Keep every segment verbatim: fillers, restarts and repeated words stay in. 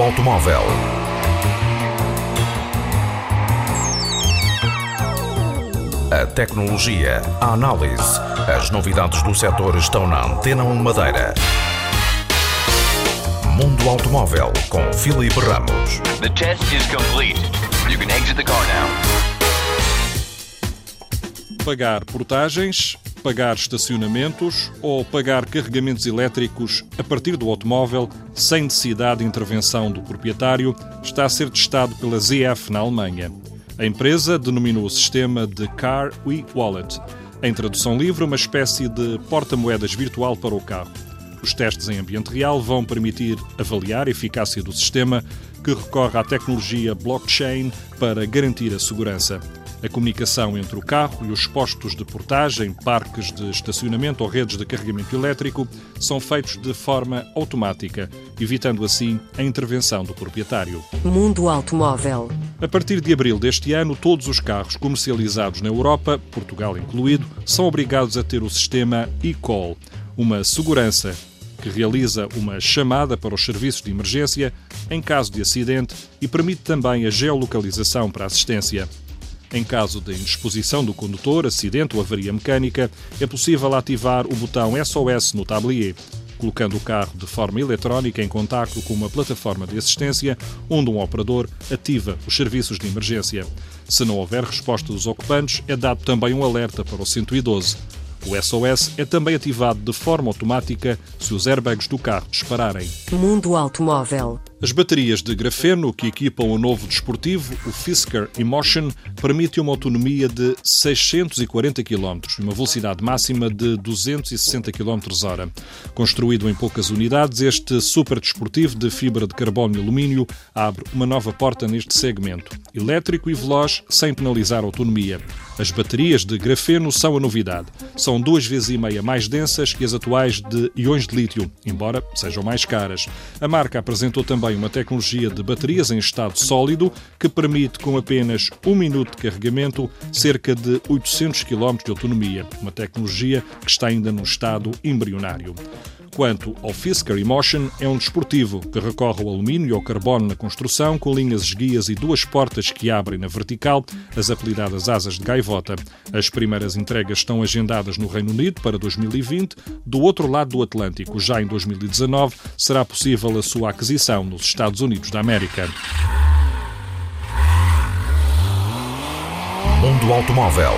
automóvel. A tecnologia, a análise, as novidades do setor estão na Antena um Madeira. Mundo Automóvel com Filipe Ramos. The test is complete. You can exit the car now. Pagar portagens, pagar estacionamentos ou pagar carregamentos elétricos a partir do automóvel sem necessidade de intervenção do proprietário está a ser testado pela Z F na Alemanha. A empresa denominou o sistema de Car e-Wallet. Em tradução livre, uma espécie de porta-moedas virtual para o carro. Os testes em ambiente real vão permitir avaliar a eficácia do sistema, que recorre à tecnologia blockchain para garantir a segurança. A comunicação entre o carro e os postos de portagem, parques de estacionamento ou redes de carregamento elétrico são feitos de forma automática, evitando assim a intervenção do proprietário. Mundo Automóvel. A partir de abril deste ano, todos os carros comercializados na Europa, Portugal incluído, são obrigados a ter o sistema eCall, uma segurança que realiza uma chamada para os serviços de emergência em caso de acidente e permite também a geolocalização para a assistência. Em caso de indisposição do condutor, acidente ou avaria mecânica, é possível ativar o botão S O S no tablier, colocando o carro de forma eletrónica em contacto com uma plataforma de assistência, onde um operador ativa os serviços de emergência. Se não houver resposta dos ocupantes, é dado também um alerta para o cento e doze. O S O S é também ativado de forma automática se os airbags do carro dispararem. Mundo Automóvel. As baterias de grafeno que equipam o novo desportivo, o Fisker Emotion, permitem uma autonomia de seiscentos e quarenta quilómetros e uma velocidade máxima de duzentos e sessenta quilómetros por hora. Construído em poucas unidades, este super desportivo de fibra de carbono e alumínio abre uma nova porta neste segmento, elétrico e veloz, sem penalizar a autonomia. As baterias de grafeno são a novidade. São duas vezes e meia mais densas que as atuais de íons de lítio, embora sejam mais caras. A marca apresentou também uma tecnologia de baterias em estado sólido que permite, com apenas um minuto de carregamento, cerca de oitocentos quilómetros de autonomia, uma tecnologia que está ainda num estado embrionário. Quanto ao Fisker Emotion, é um desportivo que recorre ao alumínio e ao carbono na construção, com linhas esguias e duas portas que abrem na vertical, as apelidadas asas de gaivota. As primeiras entregas estão agendadas no Reino Unido para dois mil e vinte. Do outro lado do Atlântico, já em dois mil e dezanove, será possível a sua aquisição nos Estados Unidos da América. Mundo Automóvel.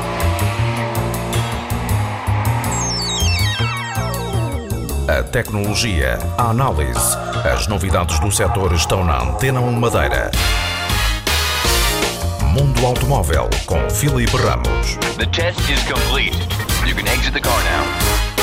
A tecnologia, a análise, as novidades do setor estão na Antena um Madeira. Mundo Automóvel com Filipe Ramos. The test is complete. You can exit the car now.